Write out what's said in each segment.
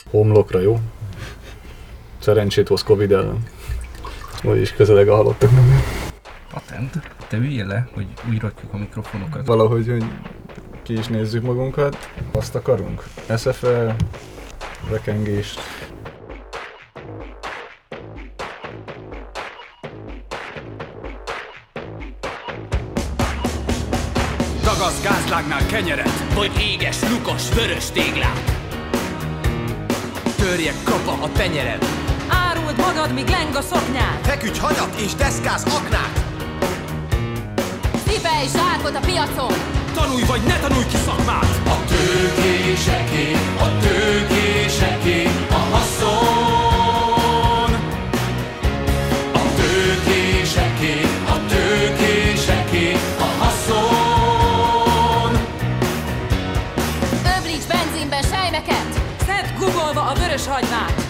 Homlokra, jó? Szerencsét hoz Covid ellen. Vagyis közeleg a halottak. Patent? Te üljél le, hogy újra rakjuk a mikrofonokat. Valahogy, hogy ki is nézzük magunkat. Azt akarunk. SFL, rekengést. Dagasz gázlágnál kenyeret, vagy éges, lukas, vörös téglát. Törjek kapa a tenyered. Áruld magad, míg leng a szoknyád. Feküdj hagyat és deszkáz aknát. Cipelj zsákot a piacon. Tanulj vagy ne tanulj ki szakmát. A tőkéseké, a haszon. A tőkéseké, a haszon. Öblíts benzinben sejmeket. Szedd googolva a vörös hagymát.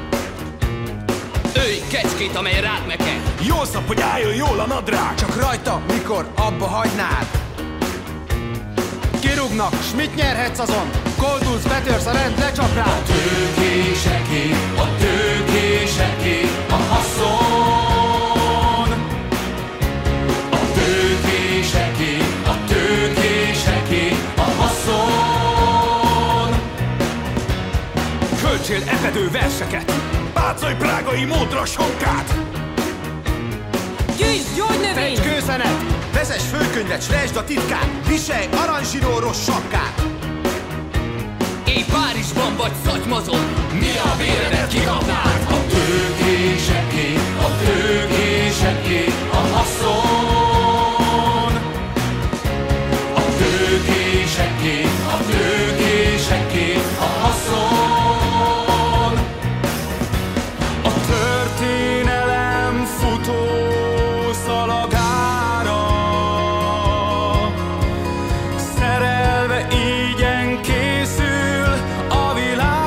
Ölj kecskét, amely rád meke. Jó szap, hogy álljon jól a nadrág. Csak rajta, mikor abba hagynád. Kirúgnak, s mit nyerhetsz azon? Koldulsz, betörsz, a rend lecsap rád. A tőkéseké, a haszon. A tőkéseké, a haszon. Költsél epedő verseket, pácolj prágai módra sonkát. Gyűjtsd gyógynövényt. Fejtsd kőszenet, vezess főkönyvet, s lesd a titkát. Viselj aranzsinóros sapkát. Éj Párizsban vagy Szatymazon, mi a véredet kikapnád. A tőkéseké, a haszon. A tőkéseké, a haszon. A történelem futó szalagára, szerelve ígyen készül a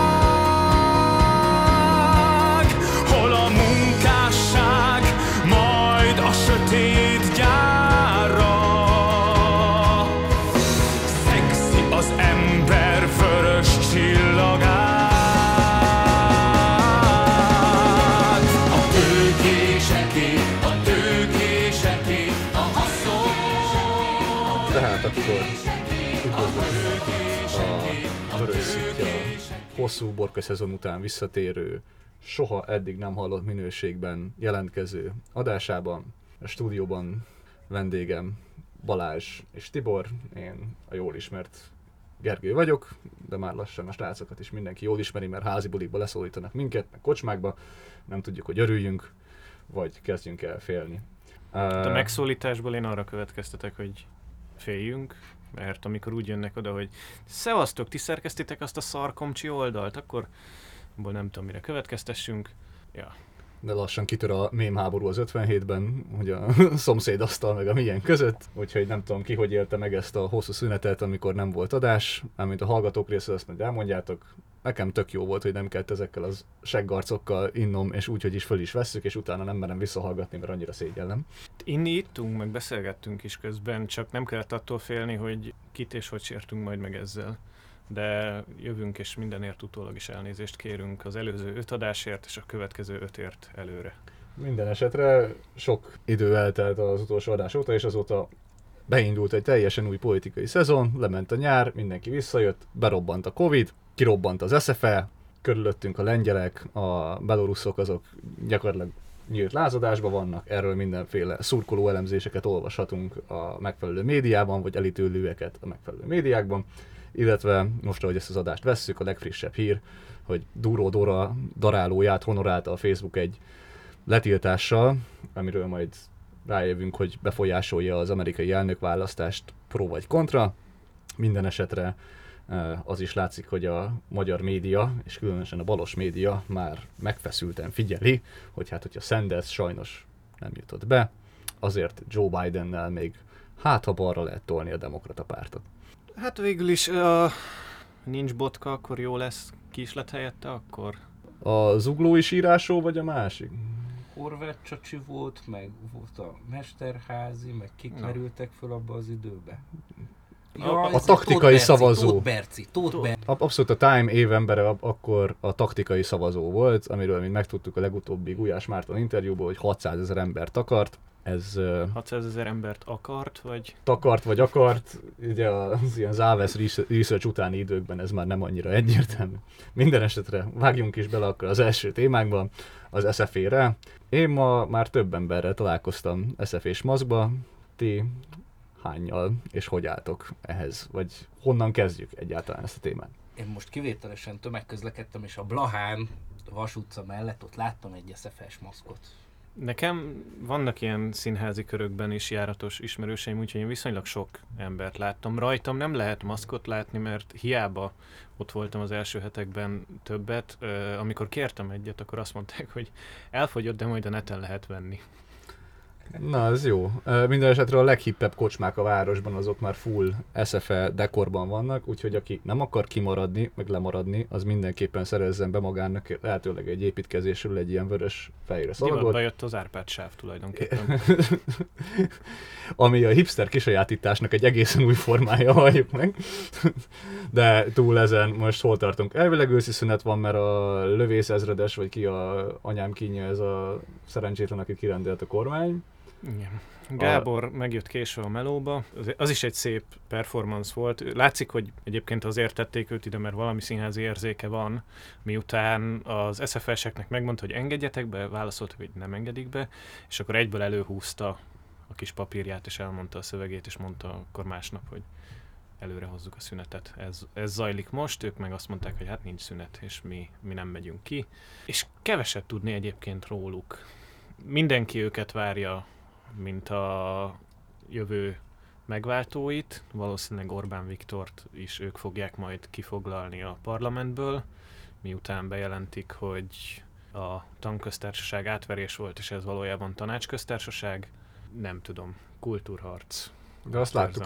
világ, hol a munkásság majd a sötét gyára. Szexi az ember vörös csillagát. A tőkéseké, a haszon. Tehát akkor üdvözlök a Vörös Szitja hosszú borka szezon után visszatérő, soha eddig nem hallott minőségben jelentkező adásában. A stúdióban vendégem Balázs és Tibor, én a jól ismert Gergő vagyok, de már lassan a srácokat is mindenki jól ismeri, mert házi bulikba leszólítanak minket, meg kocsmákba, nem tudjuk, hogy örüljünk, vagy kezdjünk el félni. A megszólításból én arra következtetek, hogy féljünk, mert amikor úgy jönnek oda, hogy szevasztok, ti szerkesztitek azt a szarkomcsi oldalt, akkor abból nem tudom, mire következtessünk. Ja. De lassan kitör a mémháború az 57-ben, hogy a szomszédasztal meg a milyen között, úgyhogy nem tudom ki, hogy élte meg ezt a hosszú szünetet, amikor nem volt adás, mármint a hallgatók részéről azt majd elmondjátok. Nekem tök jó volt, hogy nem kellett ezekkel az seggarcokkal innom, és úgy, hogy is föl is vesszük, és utána nem merem visszahallgatni, mert annyira szégyellem. Inni ittunk, meg beszélgettünk is közben, csak nem kellett attól félni, hogy kit és hogy sértünk majd meg ezzel. De jövünk, és mindenért utólag is elnézést kérünk az előző 5 adásért, és a következő 5-ért előre. Minden esetre sok idő eltelt az utolsó adás óta, és azóta beindult egy teljesen új politikai szezon, lement a nyár, mindenki visszajött, berobbant a Covid, kirobbant az SFL, körülöttünk a lengyelek, a belorusszok azok gyakorlatilag nyílt lázadásban vannak, erről mindenféle szurkoló elemzéseket olvashatunk a megfelelő médiában, vagy elítélőeket a megfelelő médiákban, illetve most, ahogy ezt az adást vesszük, a legfrissebb hír, hogy Dúró Dóra darálóját honorálta a Facebook egy letiltással, amiről majd rájövünk, hogy befolyásolja az amerikai elnökválasztást pro vagy kontra. Minden esetre az is látszik, hogy a magyar média, és különösen a balos média már megfeszülten figyeli, hogy hát, hogyha Sanders sajnos nem jutott be, azért Joe Bidennel még ha balra lehet tolni a demokrata pártot. Hát végül is nincs botka, akkor jó lesz, ki is lett helyette akkor? A zuglói sírásó vagy a másik? Horváth Csacsi volt, meg volt a Mesterházi, meg kik merültek föl abba az időbe. a taktikai szavazó. Tóth Berci. Abszolút a Time évembere akkor a taktikai szavazó volt, amiről mi megtudtuk a legutóbbi Gulyás Márton interjúból, hogy 600 000 embert akart. Ez 600 000 embert akart, vagy? Takart vagy akart, ugye az ilyen Závesz research utáni időkben ez már nem annyira egyértelmű. Minden esetre vágjunk is bele akkor az első témánkban, az SFE-re. Én ma már több emberrel találkoztam SFE-s maszkba, ti hánnyal és hogy álltok ehhez, vagy honnan kezdjük egyáltalán ezt a témát? Én most kivételesen tömegközlekedtem, és a Blahán, a Vas utca mellett ott láttam egy SFE-s maszkot. Nekem vannak ilyen színházi körökben is járatos ismerőseim, úgyhogy én viszonylag sok embert láttam. Rajtam nem lehet maszkot látni, mert hiába ott voltam az első hetekben többet. Amikor kértem egyet, akkor azt mondták, hogy elfogyott, de majd a neten lehet venni. Na, ez jó. Minden esetre a leghippebb kocsmák a városban azok már full SFE dekorban vannak, úgyhogy aki nem akar kimaradni, meg lemaradni, az mindenképpen szerezzen be magának lehetőleg egy építkezésről egy ilyen vörös fejre szalagot. Divatba jött az Árpád sáv tulajdonképpen. Ami a hipster kisajátításnak egy egészen új formája, halljuk meg. De túl ezen most hol tartunk? Elvileg őszi szünet van, mert a lövész ezredes, vagy ki a anyám kínja, ez a szerencsétlen, aki kirendelt a kormány. Igen. Gábor megjött késve a melóba, az is egy szép performance volt. Látszik, hogy egyébként azért tették őt ide, mert valami színházi érzéke van, miután az SFE-seknek megmondta, hogy engedjetek be, válaszoltak, hogy nem engedik be, és akkor egyből előhúzta a kis papírját, és elmondta a szövegét, és mondta akkor másnap, hogy előre hozzuk a szünetet. Ez zajlik most, ők meg azt mondták, hogy hát nincs szünet, és mi nem megyünk ki. És keveset tudni egyébként róluk. Mindenki őket várja, mint a jövő megváltóit. Valószínűleg Orbán Viktort is ők fogják majd kifoglalni a parlamentből, miután bejelentik, hogy a tanköztársaság átverés volt, és ez valójában tanácsköztársaság. Nem tudom, kultúrharc. De azt láttuk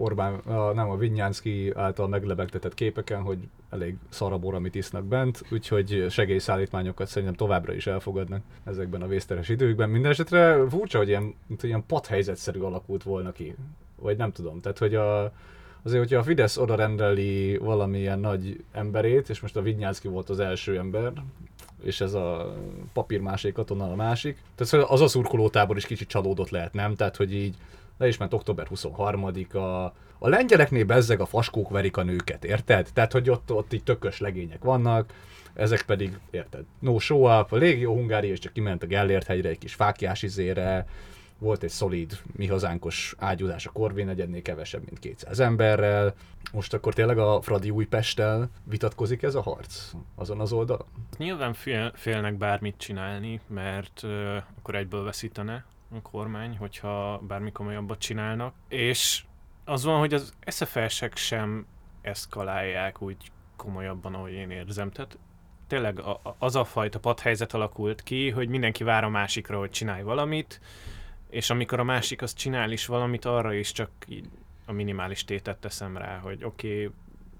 a Vidnyánszky által meglebegtetett képeken, hogy elég szarabor, amit isznak bent, úgyhogy segélyszállítmányokat szerintem továbbra is elfogadnak ezekben a vészteres időkben. Mindenesetre furcsa, hogy ilyen padhelyzetszerű alakult volna ki, vagy nem tudom. Tehát, hogy azért, hogyha a Fidesz oda rendeli valamilyen nagy emberét, és most a Vidnyánszky volt az első ember, és ez a papírmásé katona a másik. Tehát az a szurkolótábor is kicsit csalódott lehet, nem? Tehát, hogy így le is ment október 23-a. A lengyeleknél bezzeg a faskók verik a nőket, érted? Tehát, hogy ott így tökös legények vannak, ezek pedig, érted? No show up, a légió Hungária is csak kiment a Gellért hegyre egy kis fáklyás izére, volt egy szolid, mi hazánkos ágyúzás a Korvin negyednél kevesebb, mint 200 emberrel. Most akkor tényleg a Fradi Újpesttel vitatkozik ez a harc azon az oldalon? Nyilván félnek bármit csinálni, mert akkor egyből veszítene a kormány, hogyha bármi komolyabbat csinálnak. És az van, hogy az SFE-sek sem eszkalálják úgy komolyabban, ahogy én érzem. Tehát tényleg az a fajta padhelyzet alakult ki, hogy mindenki vár a másikra, hogy csinálj valamit, és amikor a másik az csinál is valamit, arra is csak a minimális tétet teszem rá, hogy oké,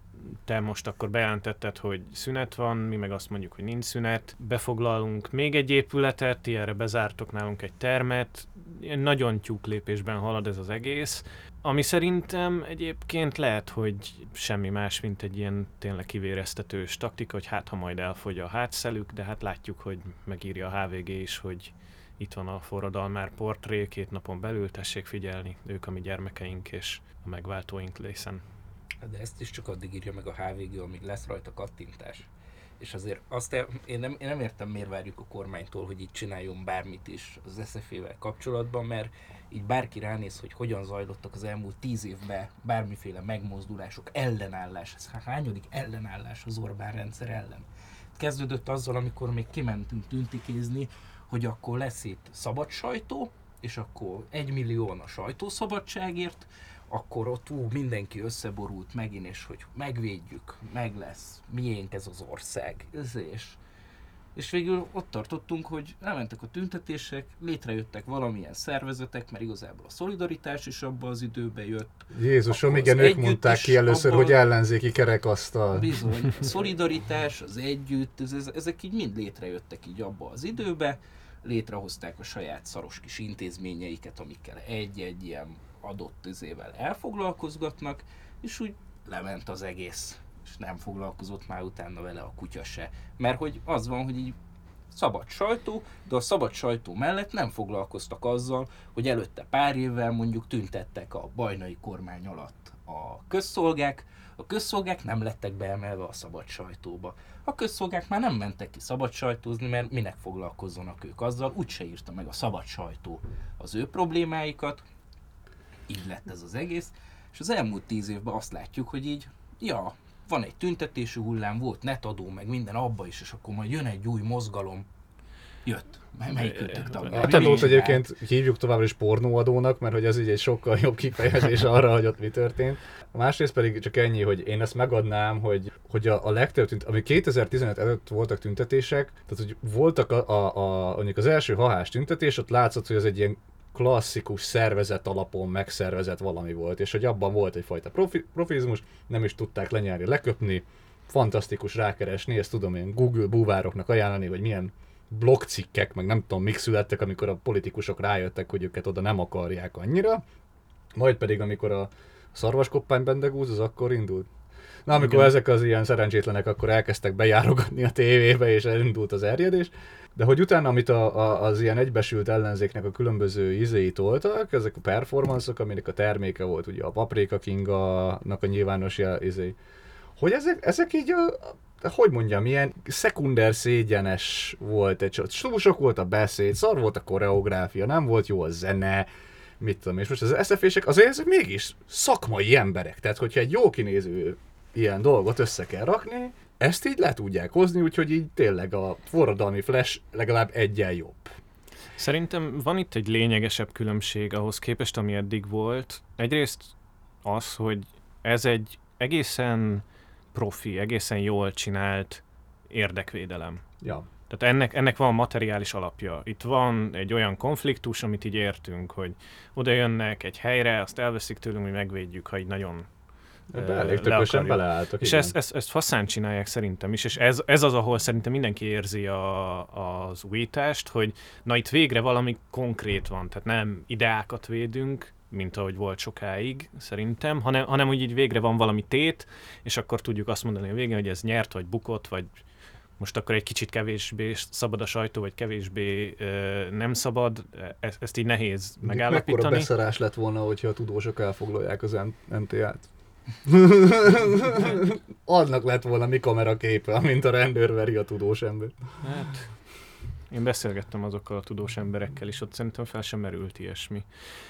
te most akkor bejelentetted, hogy szünet van, mi meg azt mondjuk, hogy nincs szünet, befoglalunk még egy épületet, ti erre bezártok nálunk egy termet, nagyon tyúk lépésben halad ez az egész, ami szerintem egyébként lehet, hogy semmi más, mint egy ilyen tényleg kivéreztetős taktika, hogy hát ha majd elfogy a hátszelük, de hát látjuk, hogy megírja a HVG is, hogy itt van a forradalmár portré, 2 napon belül, tessék figyelni, ők a mi gyermekeink és a megváltóink lészen. De ezt is csak addig írja meg a HVG, amíg lesz rajta kattintás. És azért én nem értem, miért várjuk a kormánytól, hogy itt csináljon bármit is az SZF-vel kapcsolatban, mert így bárki ránéz, hogy hogyan zajlottak az elmúlt 10 évben bármiféle megmozdulások, ellenállás, ez hányadik ellenállás az Orbán rendszer ellen. Kezdődött azzal, amikor még kimentünk tüntikézni, hogy akkor lesz itt szabad sajtó, és akkor 1 millióan a sajtószabadságért, akkor ott mindenki összeborult megint, és hogy megvédjük, meg lesz, miénk ez az ország. És végül ott tartottunk, hogy elmentek a tüntetések, létrejöttek valamilyen szervezetek, mert igazából a Szolidaritás is abban az időben jött. Jézusom, igen, ők mondták ki először, hogy ellenzéki kerekasztal. Bizony, a Szolidaritás, az Együtt, ezek így mind létrejöttek így abban az időben, létrehozták a saját szaros kis intézményeiket, amikkel egy-egy ilyen adott izével elfoglalkozgatnak, és úgy lement az egész, és nem foglalkozott már utána vele a kutya se. Mert hogy az van, hogy így szabad sajtó, de a szabad sajtó mellett nem foglalkoztak azzal, hogy előtte pár évvel mondjuk tüntettek a bajnai kormány alatt a közszolgák nem lettek beemelve a szabad sajtóba. A közszolgák már nem mentek ki szabad sajtózni, mert minek foglalkozzanak ők azzal, úgyse írta meg a szabad sajtó az ő problémáikat, így lett ez az egész, és az elmúlt 10 évben azt látjuk, hogy így, van egy tüntetési hullám, volt netadó, meg minden abba is, és akkor majd jön egy új mozgalom. Jött. Melyikőtök tagja? A netadót egyébként hívjuk továbbra is pornóadónak, mert hogy ez így egy sokkal jobb kifejezés arra, hogy ott mi történt. A másrészt pedig csak ennyi, hogy én ezt megadnám, hogy a legtöbb ami 2015 előtt voltak tüntetések, tehát hogy voltak mondjuk az első hahás tüntetés, ott látszott, hogy ez egy ilyen klasszikus szervezet alapon megszervezett valami volt, és hogy abban volt egyfajta profizmus, nem is tudták lenyelni, leköpni, fantasztikus rákeresni, ezt tudom én Google búvároknak ajánlani, hogy milyen blogcikkek, meg nem tudom, mik születtek, amikor a politikusok rájöttek, hogy őket oda nem akarják annyira, majd pedig amikor a szarvaskoppány bendegúz, az akkor indult. Na, amikor igen, ezek az ilyen szerencsétlenek akkor elkezdtek bejárogatni a tévébe, és elindult az erjedés. De hogy utána, amit az ilyen egybesült ellenzéknek a különböző izéit toltak, ezek a performance-ok, aminek a terméke volt ugye a Paprika Kinga-nak a nyilvános izé, hogy ezek így hogy mondjam, ilyen szekunder szégyenes volt egy csat. Túl sok volt a beszéd, szar volt a koreográfia, nem volt jó a zene, mit tudom, és most az SF-sek azért ezek mégis szakmai emberek, tehát hogyha egy jó kinéző ilyen dolgot össze kell rakni, ezt így le tudják hozni, úgyhogy így tényleg a forradalmi Flash legalább egyen jobb. Szerintem van itt egy lényegesebb különbség ahhoz képest, ami eddig volt. Egyrészt az, hogy ez egy egészen profi, egészen jól csinált érdekvédelem. Ja. Tehát ennek van materiális alapja. Itt van egy olyan konfliktus, amit így értünk, hogy oda jönnek egy helyre, azt elveszik tőlünk, hogy megvédjük, ha így nagyon elég tökösen beleálltak. És ezt faszán csinálják szerintem is, és ez az, ahol szerintem mindenki érzi az újítást, hogy na itt végre valami konkrét van, tehát nem ideákat védünk, mint ahogy volt sokáig szerintem, hanem hogy így végre van valami tét, és akkor tudjuk azt mondani a végén, hogy ez nyert, vagy bukott, vagy most akkor egy kicsit kevésbé szabad a sajtó, vagy kevésbé nem szabad, ezt így nehéz megállapítani. Mekkora beszarás lett volna, hogyha a tudósok elfoglalják az NTA-t? Annak lett volna mi kameraképe, amint a rendőr veri a tudós embert. Hát, én beszélgettem azokkal a tudós emberekkel, és ott szerintem fel sem merült ilyesmi.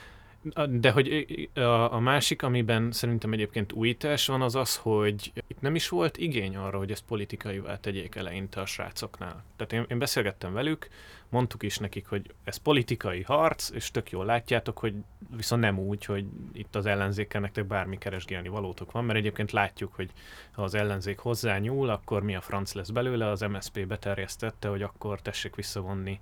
De hogy a másik, amiben szerintem egyébként újítás van, az az, hogy itt nem is volt igény arra, hogy ezt politikaivá tegyék eleinte a srácoknál. Tehát én beszélgettem velük, mondtuk is nekik, hogy ez politikai harc, és tök jól látjátok, hogy viszont nem úgy, hogy itt az ellenzékkel nektek bármi keresgélni valótok van, mert egyébként látjuk, hogy ha az ellenzék hozzányúl, akkor mi a franc lesz belőle, az MSZP beterjesztette, hogy akkor tessék visszavonni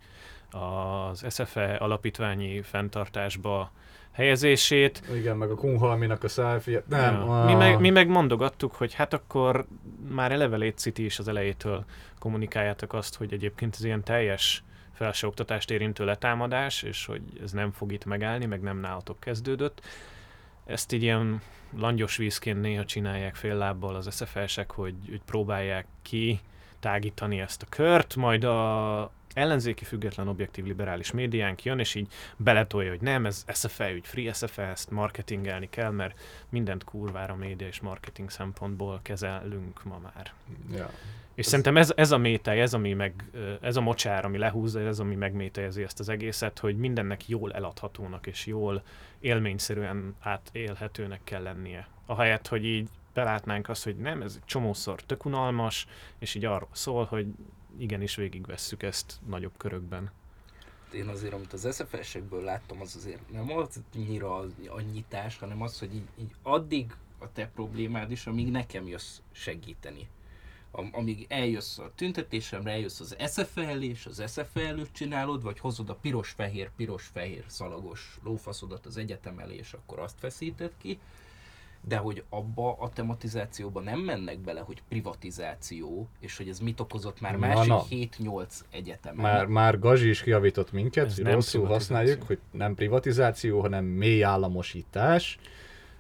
az SFE alapítványi fenntartásba helyezését. Igen, meg a Kunhalminak a selfie. Nem. Ja. Mi meg mondogattuk, hogy hát akkor már eleve létsziti is az elejétől kommunikáljátok azt, hogy egyébként ez ilyen teljes felsőoktatást érintő letámadás, és hogy ez nem fog itt megállni, meg nem nálatok kezdődött. Ezt így ilyen langyos vízként néha csinálják fél lábbal az SFL-sek, hogy próbálják kitágítani ezt a kört, majd a ellenzéki független objektív liberális médiánk jön, és így beletolja, hogy nem, ez SFL ügy, free SFL, ezt marketingelni kell, mert mindent kurvára média és marketing szempontból kezelünk ma már. Ja. És szerintem ez a métej, ez a mocsár, ami lehúzza, ez ami megmétejezi ezt az egészet, hogy mindennek jól eladhatónak és jól élményszerűen átélhetőnek kell lennie. Ahelyett, hogy így belátnánk azt, hogy nem, ez egy csomószor tök unalmas, és így arról szól, hogy igenis végigvesszük ezt nagyobb körökben. Én azért, amit az SFS-ekből láttam, az azért nem az annyira a nyitás, hanem az, hogy így addig a te problémád is, amíg nekem jössz segíteni. Amíg eljössz a tüntetésemre, eljössz az SFL és az SFL előtt csinálod, vagy hozod a piros-fehér szalagos lófaszodat az egyetem elé, és akkor azt feszíted ki. De hogy abba a tematizációba nem mennek bele, hogy privatizáció, és hogy ez mit okozott már másik 7-8 egyetemen. Már Gazsi is kijavított minket, hogy rosszul használjuk, hogy nem privatizáció, hanem mély államosítás.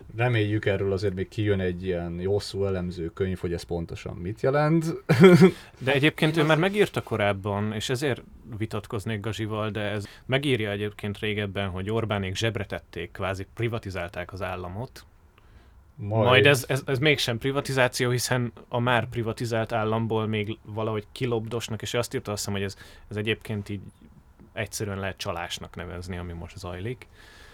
Reméljük erről azért még kijön egy ilyen hosszú elemző könyv, hogy ez pontosan mit jelent. De egyébként ő már megírta korábban, és ezért vitatkoznék Gazsival, de ez megírja egyébként régebben, hogy Orbánék zsebre tették, kvázi privatizálták az államot. Majd ez mégsem privatizáció, hiszen a már privatizált államból még valahogy kilobdosnak, és azt írta, azt hiszem, hogy ez egyébként így egyszerűen lehet csalásnak nevezni, ami most zajlik.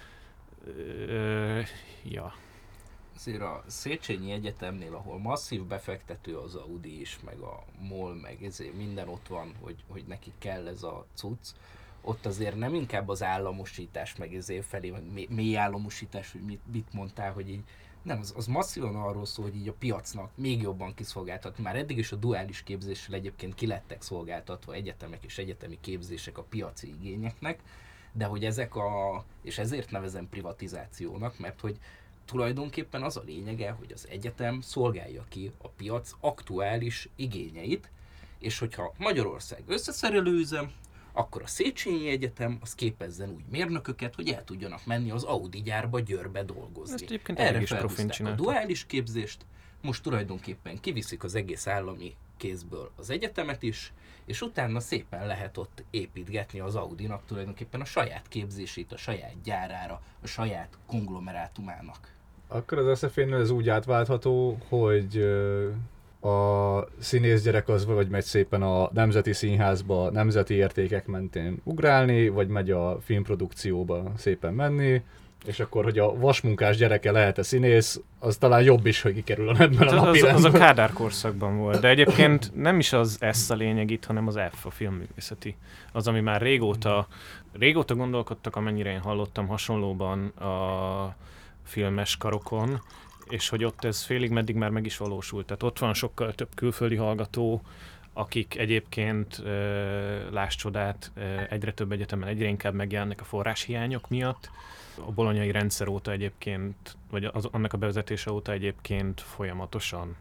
Ja. Azért a Széchenyi Egyetemnél, ahol masszív befektető az Audi is, meg a MOL, meg ezért minden ott van, hogy nekik kell ez a cucc, ott azért nem inkább az államosítás, meg ezért felé, meg mély államosítás, hogy mit mondtál, hogy így nem, az masszívan arról szól, hogy így a piacnak még jobban kiszolgáltatni. Már eddig is a duális képzéssel egyébként ki lettek szolgáltatva egyetemek és egyetemi képzések a piaci igényeknek, de hogy és ezért nevezem privatizációnak, mert hogy tulajdonképpen az a lényege, hogy az egyetem szolgálja ki a piac aktuális igényeit, és hogyha Magyarország összeszerelőüzem, akkor a Széchenyi Egyetem az képezzen úgy mérnököket, hogy el tudjanak menni az Audi gyárba Győrbe dolgozni. Erre felhúzták a duális képzést, most tulajdonképpen kiviszik az egész állami kézből az egyetemet is, és utána szépen lehet ott építgetni az Audinak tulajdonképpen a saját képzését, a saját gyárára, a saját konglomerátumának. Akkor az SZF-nél ez úgy átváltható, hogy a színészgyerek az vagy megy szépen a Nemzeti Színházba nemzeti értékek mentén ugrálni, vagy megy a filmprodukcióba szépen menni, és akkor, hogy a vasmunkás gyereke lehet-e színész, az talán jobb is, hogy kikerül a ebben a napirendben. Az a Kádár korszakban volt, de egyébként nem is az S a lényeg itt, hanem az F, a filmművészeti. Az, ami már régóta gondolkodtak, amennyire én hallottam hasonlóban a filmes karokon, és hogy ott ez félig meddig már meg is valósult. Tehát ott van sokkal több külföldi hallgató, akik egyébként, láss csodát, egyre több egyetemen egyre inkább megjelennek a forráshiányok miatt. A bolonyai rendszer óta egyébként, vagy annak a bevezetése óta egyébként folyamatosan.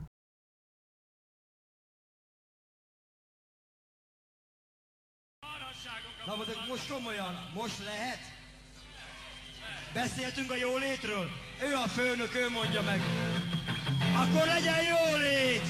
Na most komolyan, most lehet? Beszéltünk a jólétről? Ő a főnök, ő mondja meg. Akkor legyen jólét!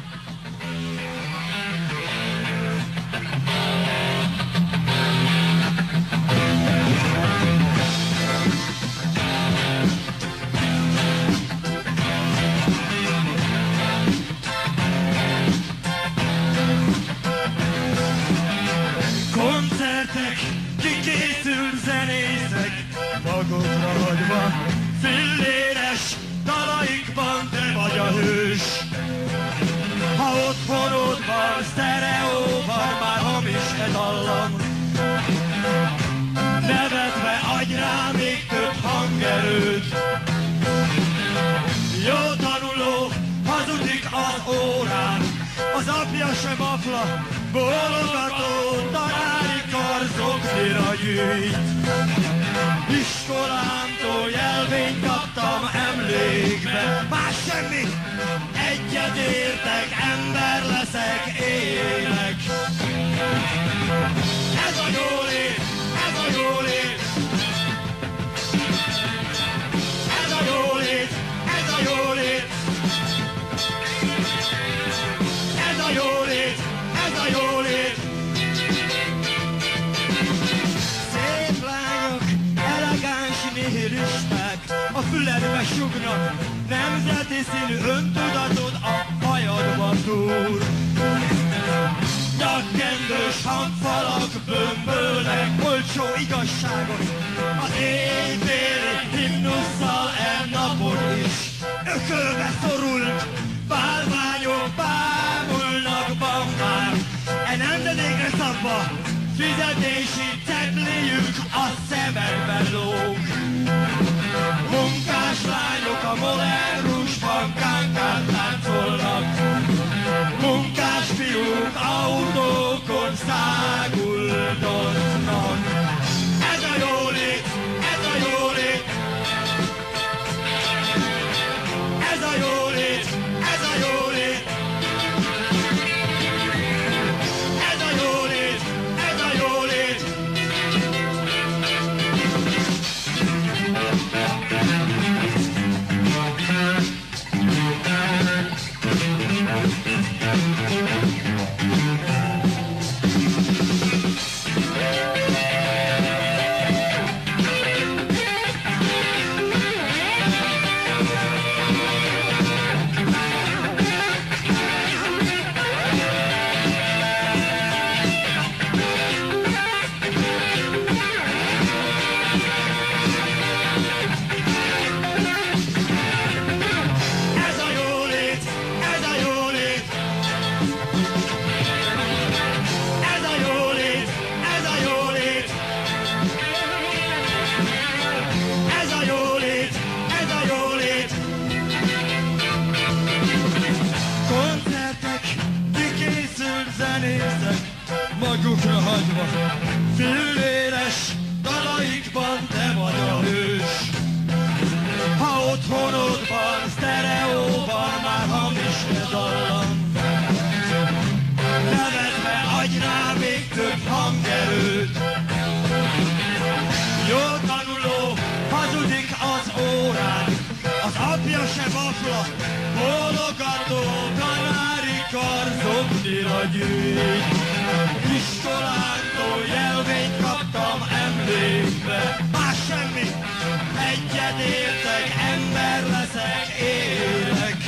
Koncertek, kikészült zenészek, magukra hagyva, filléres dalaikban te vagy a hős. Ha otthonodban, sztereóban már hamis e dallam, nevetve adj rá még több hangerőt. Jó tanuló hazudik az órán, az apja sem afla, bólogató tanári karzoknira gyűjt. Iskolámtól jelvényt kaptam emlékbe, más semmit, egyet értek, ember leszek, élek. Ez a jólét, ez a jólét, ez a jólét, ez a jólét, ez a jólét, ez a jólét. Szép lányok, elegáns nihilisták, a füledbe sugnak, nemzeti színű öntudatod a hajadba túr. Nyakkendős hangfalak bömbölnek olcsó igazságot, az éjféli himnusszal napon is. Ökölbe szorult bálványok bámulnak bambán, nemzedékre szabva fizetési cetliük a szemekben lóg. Munkás lányok a modern rúzsban kánkán táncolnak, magukra hagyva. Fűvéres dalaikban te vagy a hős. Ha otthonodban, sztereóban már hamis a dallam. Nevetve adj rá még több hangerőt. Jó tanuló, hazudik az órán, az apja se vafla, bólogató tanári kar zomdira gyűjt. Iskoláktól jelvényt kaptam emlékbe, más semmi, egyet értek, ember leszek, élek.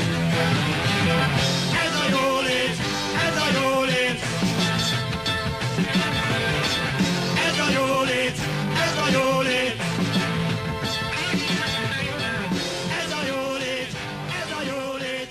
Ez a jólét, ez a jólét, ez a jólét, ez a jólét, ez a jólét, ez a jólét.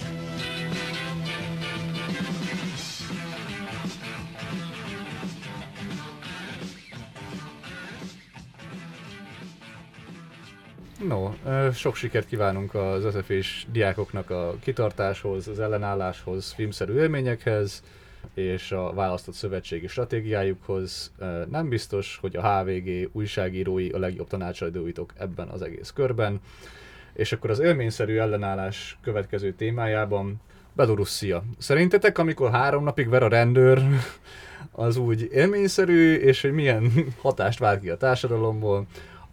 No, sok sikert kívánunk az SZF-s diákoknak a kitartáshoz, az ellenálláshoz, filmszerű élményekhez, és a választott szövetségi stratégiájukhoz. Nem biztos, hogy a HVG újságírói a legjobb tanácsadóitok ebben az egész körben. És akkor az élményszerű ellenállás következő témájában Belorusszia. Szerintetek, amikor 3 napig ver a rendőr, az úgy élményszerű, és hogy milyen hatást vált ki a társadalomból,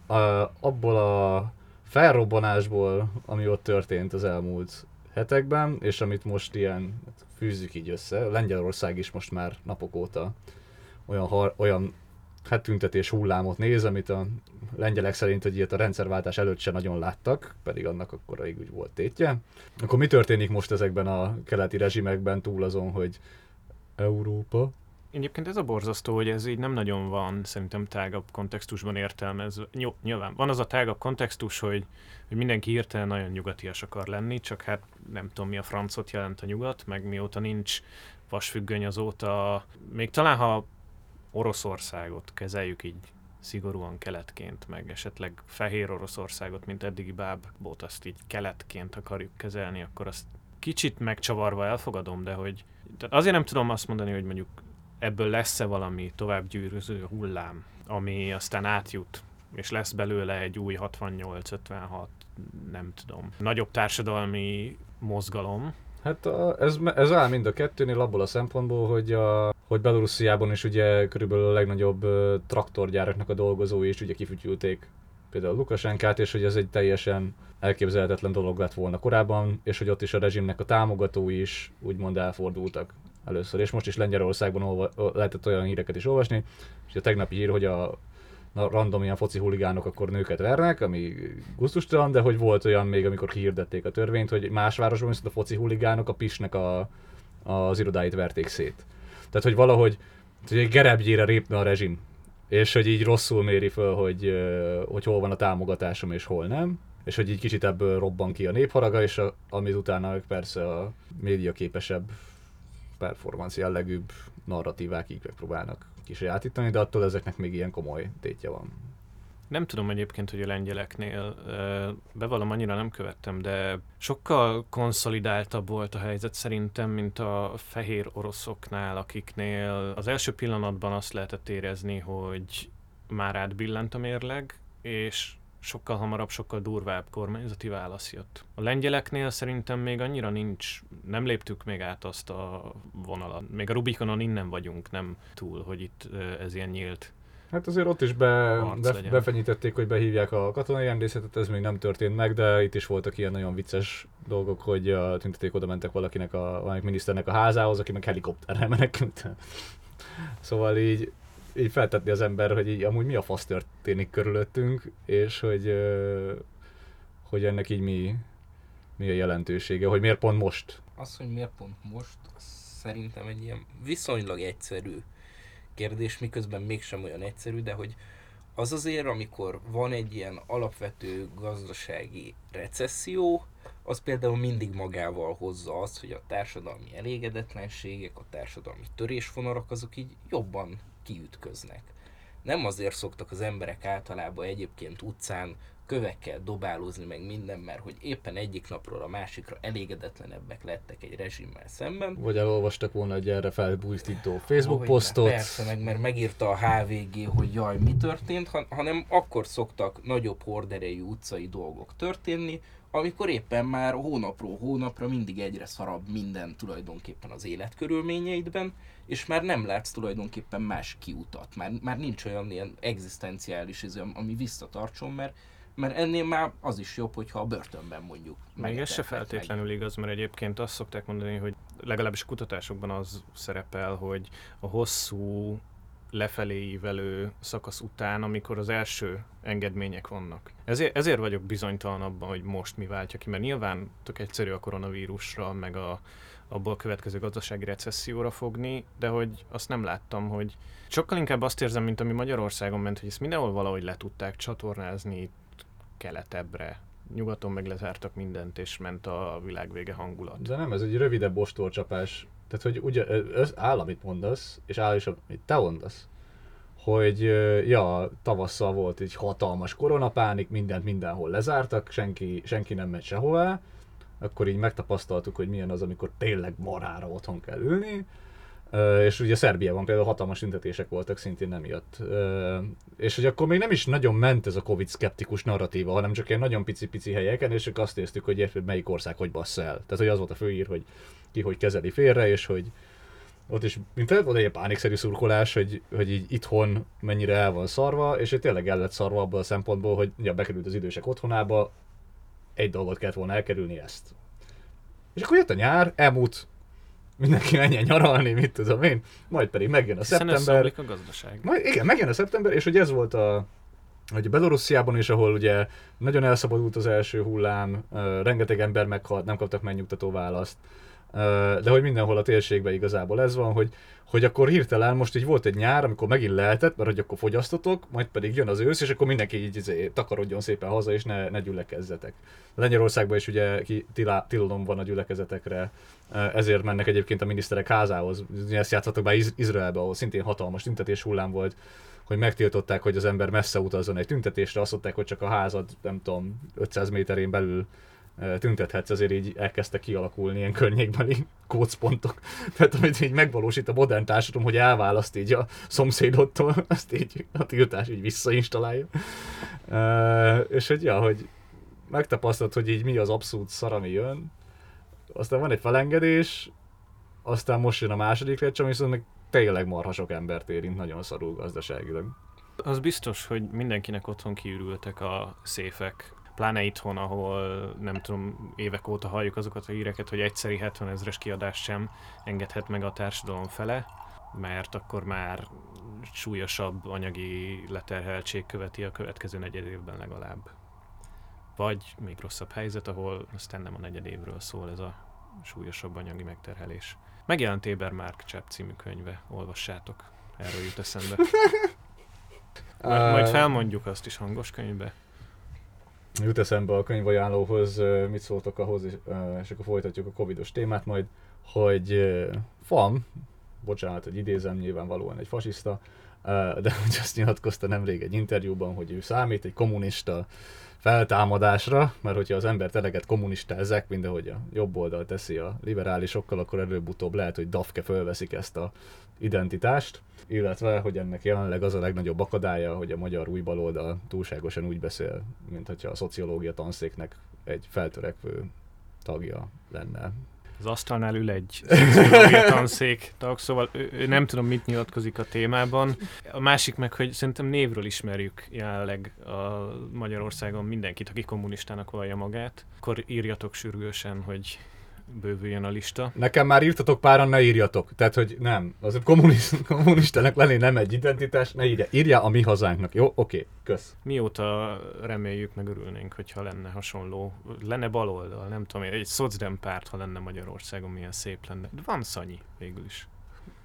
abból a felrobbanásból, ami ott történt az elmúlt hetekben, és amit most ilyen fűzzük így össze. Lengyelország is most már napok óta olyan tüntetés hullámot néz, amit a lengyelek szerint, hogy ilyet a rendszerváltás előtt se nagyon láttak, pedig annak akkoraig úgy volt tétje. Akkor mi történik most ezekben a keleti rezsimekben túl azon, hogy Európa? Egyébként ez a borzasztó, hogy ez így nem nagyon van szerintem tágabb kontextusban értelmezve. Nyilván van az a tágabb kontextus, hogy mindenki hirtelen nagyon nyugatias akar lenni, csak hát nem tudom mi a francot jelent a nyugat, meg mióta nincs vasfüggöny azóta, még talán ha Oroszországot kezeljük így szigorúan keletként, meg esetleg Fehér Oroszországot, mint eddigi bábot, azt így keletként akarjuk kezelni, akkor azt kicsit megcsavarva elfogadom, de hogy azért nem tudom azt mondani, hogy mondjuk ebből lesz-e valami továbbgyűrűző hullám, ami aztán átjut, és lesz belőle egy új 68-56, nem tudom, nagyobb társadalmi mozgalom. Hát ez áll mind a kettőnél abból a szempontból, hogy Belorussziában is ugye körülbelül a legnagyobb traktorgyáraknak a dolgozói is ugye kifütyülték például Lukasenkát, és hogy ez egy teljesen elképzelhetetlen dolog lett volna korábban, és hogy ott is a rezsimnek a támogatói is úgymond elfordultak először. És most is Lengyelországban lehetett olyan híreket is olvasni, és a tegnapi hír, hogy a random ilyen foci huligánok akkor nőket vernek, ami gusztustalan, de hogy volt olyan még, amikor kihirdették a törvényt, hogy más városban viszont a foci huligánok a PIS-nek az irodáit verték szét. Tehát, hogy valahogy hogy egy gerebjére répne a rezsim, és hogy így rosszul méri föl, hogy hol van a támogatásom és hol nem, és hogy így kicsit ebből robban ki a népharaga, és amit utána persze a médiaképesebb, performance jellegűbb narratívák így megpróbálnak kisajátítani, de attól ezeknek még ilyen komoly tétje van. Nem tudom egyébként, hogy a lengyeleknél, bevallom, annyira nem követtem, de sokkal konszolidáltabb volt a helyzet szerintem, mint a fehér oroszoknál, akiknél az első pillanatban azt lehetett érezni, hogy már átbillent a mérleg, és sokkal hamarabb, sokkal durvább kormányzati válasz jött. A lengyeleknél szerintem még annyira nincs, nem léptük még át azt a vonalat. Még a Rubikonon innen vagyunk, nem túl, hogy itt ez ilyen nyílt. Hát azért ott is befenyítették, hogy behívják a katonai rendészetet, ez még nem történt meg, de itt is voltak ilyen nagyon vicces dolgok, hogy a tünteték oda mentek valakinek valamelyik miniszternek a házához, aki meg helikopterrel menekült. Szóval így feltetni az ember, hogy így amúgy mi a fasz történik körülöttünk, és hogy ennek így mi a jelentősége, hogy miért pont most? Az, hogy miért pont most, szerintem egy ilyen viszonylag egyszerű kérdés, miközben mégsem olyan egyszerű, de hogy az azért, amikor van egy ilyen alapvető gazdasági recesszió, az például mindig magával hozza azt, hogy a társadalmi elégedetlenségek, a társadalmi törésvonalak azok így jobban kiütköznek. Nem azért szoktak az emberek általában egyébként utcán kövekkel dobálózni meg minden, mert hogy éppen egyik napról a másikra elégedetlenebbek lettek egy rezsimmel szemben. Vagy elolvastak volna egy erre felbújtító Facebook posztot. Persze, mert megírta a HVG, hogy jaj, mi történt, hanem akkor szoktak nagyobb horderejű utcai dolgok történni, amikor éppen már hónapról hónapra mindig egyre szarabb minden tulajdonképpen az életkörülményeidben, és már nem látsz tulajdonképpen más kiutat. Már nincs olyan ilyen egzisztenciális ami visszatartson, mert ennél már az is jobb, hogyha a börtönben mondjuk. Még ez se feltétlenül igaz, mert egyébként azt szokták mondani, hogy legalábbis a kutatásokban az szerepel, hogy a hosszú lefelé ívelő szakasz után, amikor az első engedmények vannak. Ezért vagyok bizonytalan abban, hogy most mi váltja ki, mert nyilván tök egyszerű a koronavírusra, meg abból következő gazdasági recesszióra fogni, de hogy azt nem láttam, hogy sokkal inkább azt érzem, mint ami Magyarországon ment, hogy ezt mindenhol valahogy le tudták csatornázni keletebbre. Nyugaton meg lezártak mindent, és ment a világvége hangulat. De nem, ez egy rövidebb ostorcsapás. Tehát, hogy ugye, ez áll, amit mondasz, és áll is, amit te mondasz, hogy ja, tavasszal volt egy hatalmas koronapánik, mindent mindenhol lezártak, senki nem megy sehová, akkor így megtapasztaltuk, hogy milyen az, amikor tényleg marhára otthon kell ülni, és ugye Szerbiában például hatalmas tüntetések voltak szintén emiatt. És hogy akkor még nem is nagyon ment ez a Covid-szkeptikus narratíva, hanem csak ilyen nagyon pici-pici helyeken, és csak azt néztük, hogy melyik ország hogy bassz el. Tehát, hogy az volt a főír, hogy ki hogy kezeli félre, és hogy ott is, mint volt egy pánikszerű szurkolás, hogy így itthon mennyire el van szarva, és hogy tényleg el lett szarva abban a szempontból, hogy ja, bekerült az idősek otthonába, egy dolgot kellett volna elkerülni, ezt. És akkor jött a nyár, elmúlt, mindenki menjen nyaralni, mit tudom én, majd pedig megjön a szeptember. Hiszen összeomlik a gazdaság. Igen, megjön a szeptember, és hogy ez volt hogy Belorussziában is, ahol ugye nagyon elszabadult az első hullám, rengeteg ember meghalt, nem kaptak megnyugtató választ, de hogy mindenhol a térségben igazából ez van, hogy akkor hirtelen most így volt egy nyár, amikor megint lehetett, mert hogy akkor fogyasztotok, majd pedig jön az ősz, és akkor mindenki így takarodjon szépen haza, és ne gyülekezzetek. Lengyelországban is ugye tilalom van a gyülekezetekre, ezért mennek egyébként a miniszterek házához. Ezt játszottak be Izraelbe, ahol szintén hatalmas tüntetés hullám volt, hogy megtiltották, hogy az ember messze utazzon egy tüntetésre, azt mondták, hogy csak a házad, nem tudom, 500 méterén belül tüntethetsz, azért így elkezdtek kialakulni ilyen környékbeli kócpontok. Tehát amit így megvalósít a modern társadalom, hogy elválaszt így a szomszédodtól, azt így a tiltás így visszainstalálja. És hogy ja, hogy megtapasztalt, hogy így mi az abszolút szar, ami jön. Aztán van egy felengedés, aztán most jön a második lépcső, ami viszont meg tényleg marha sok embert érint nagyon szarul gazdaságilag. Az biztos, hogy mindenkinek otthon kiürültek a széfek. Pláne itthon, ahol nem tudom, évek óta halljuk azokat a híreket, hogy egyszeri 70 000-es kiadást sem engedhet meg a társadalom fele, mert akkor már súlyosabb anyagi leterheltség követi a következő negyed évben legalább. Vagy még rosszabb helyzet, ahol aztán nem a negyed évről szól ez a súlyosabb anyagi megterhelés. Megjelent Éber Márk Csepp című könyve, olvassátok, erről jut eszembe. Majd felmondjuk azt is hangos könyvbe. Jut eszembe a könyvajánlóhoz, mit szóltok ahhoz, és akkor folytatjuk a covidos témát majd, hogy FAM, bocsánat, hogy idézem, nyilvánvalóan egy fasiszta, de hogy azt nyilatkozta nemrég egy interjúban, hogy ő számít egy kommunista feltámadásra, mert hogyha az embert eleget kommunistázzák, mindahogy a jobb oldal teszi a liberálisokkal, akkor előbb-utóbb lehet, hogy Dafke fölveszik ezt a identitást, illetve, hogy ennek jelenleg az a legnagyobb akadálya, hogy a magyar új baloldal túlságosan úgy beszél, mint hogyha a szociológia tanszéknek egy feltörekvő tagja lenne. Az asztalnál ül egy szociológia tanszék tag, szóval ő nem tudom, mit nyilatkozik a témában. A másik meg, hogy szerintem névről ismerjük jelenleg a Magyarországon mindenkit, aki kommunistának vallja magát. Akkor írjatok sürgősen, hogy bővüljön a lista. Nekem már írtatok páran, ne írjatok. Tehát, hogy nem. Az kommunistának lenni nem egy identitás, ne írja a mi hazánknak. Jó? Oké, kösz. Mióta reméljük, meg örülnénk, hogyha lenne hasonló, lenne baloldal, nem tudom, egy szocdem párt, ha lenne Magyarországon, milyen szép lenne. De van Szanyi végül is.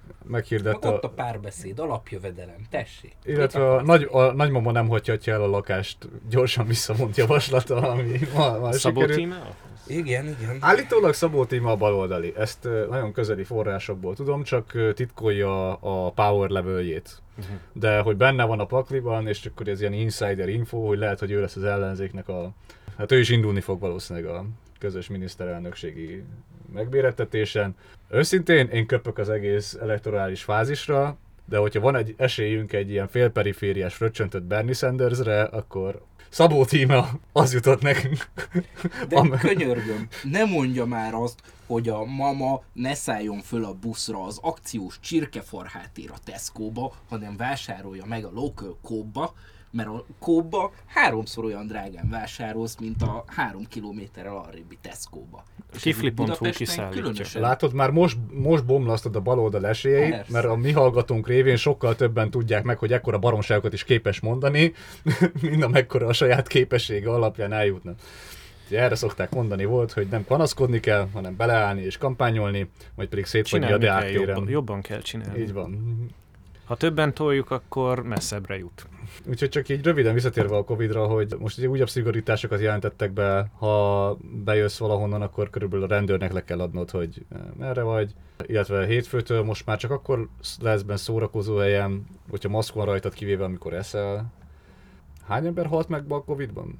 meghirdette... Ott a párbeszéd, alapjövedelem, tessék. Illetve a nagymama nem hagyhatja el a lakást, gyorsan visszavont javaslata, ami ma Szabó sikerült. Tímea? Igen. Állítólag Szabó Tímea a baloldali. Ezt nagyon közeli forrásokból tudom, csak titkolja a power leveljét. De hogy benne van a pakliban, és akkor ez ilyen insider info, hogy lehet, hogy ő lesz az ellenzéknek a... Hát ő is indulni fog valószínűleg a közös miniszterelnökségi megbérettetésen. Őszintén én köpök az egész elektorális fázisra, de hogyha van egy esélyünk egy ilyen félperifériás fröccsöntött Bernie Sandersre, akkor Szabó Tímea az jutott nekünk. De könyörgöm, ne mondja már azt, hogy a mama ne szálljon föl a buszra az akciós csirkefarhátér a Tesco-ba, hanem vásárolja meg a local Coop-ba, mert a Coop-ba 3-szor olyan drágán vásárolsz, mint a 3 kilométerrel arrébbi Tesco-ba. Kifli.hu kiszállítja. Látod, már most bomlasztod a baloldal esélyeit, Persze. mert a mi hallgatónk révén sokkal többen tudják meg, hogy ekkora baromságokat is képes mondani, mint amekkora a saját képessége alapján eljutna. Erre szokták mondani volt, hogy nem panaszkodni kell, hanem beleállni és kampányolni, majd pedig szétfagyni a Csinálni kell, deáktérem. jobban kell csinálni. Így van. Ha többen toljuk, akkor messzebbre jut. Úgyhogy csak így röviden visszatérve a Covid-ra, hogy most ugye újabb szigorításokat jelentettek be, ha bejössz valahonnan, akkor körülbelül a rendőrnek le kell adnod, hogy merre vagy. Illetve hétfőtől most már csak akkor lesz benne szórakozó helyen, hogyha maszk van rajtad, kivéve amikor eszel. Hány ember halt meg a Covid-ban?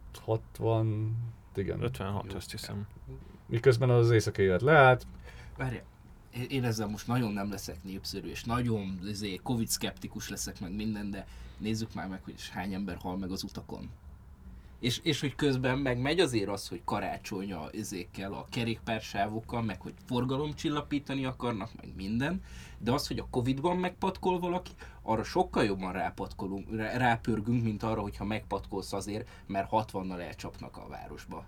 60... igen. 56, azt hiszem. Miközben az éjszakai élet leállt. Várjál, én ezzel most nagyon nem leszek népszerű, és nagyon Covid-szkeptikus leszek meg minden, de nézzük már meg, hogy hány ember hal meg az utakon. És hogy közben meg megy azért az, hogy karácsonya ezékkel, a kerékpársávokkal, meg hogy forgalomcsillapítani akarnak, meg minden, de az, hogy a Covid-ban megpatkol valaki, arra sokkal jobban rápörgünk, mint arra, hogyha megpatkolsz azért, mert 60-nal elcsapnak a városba.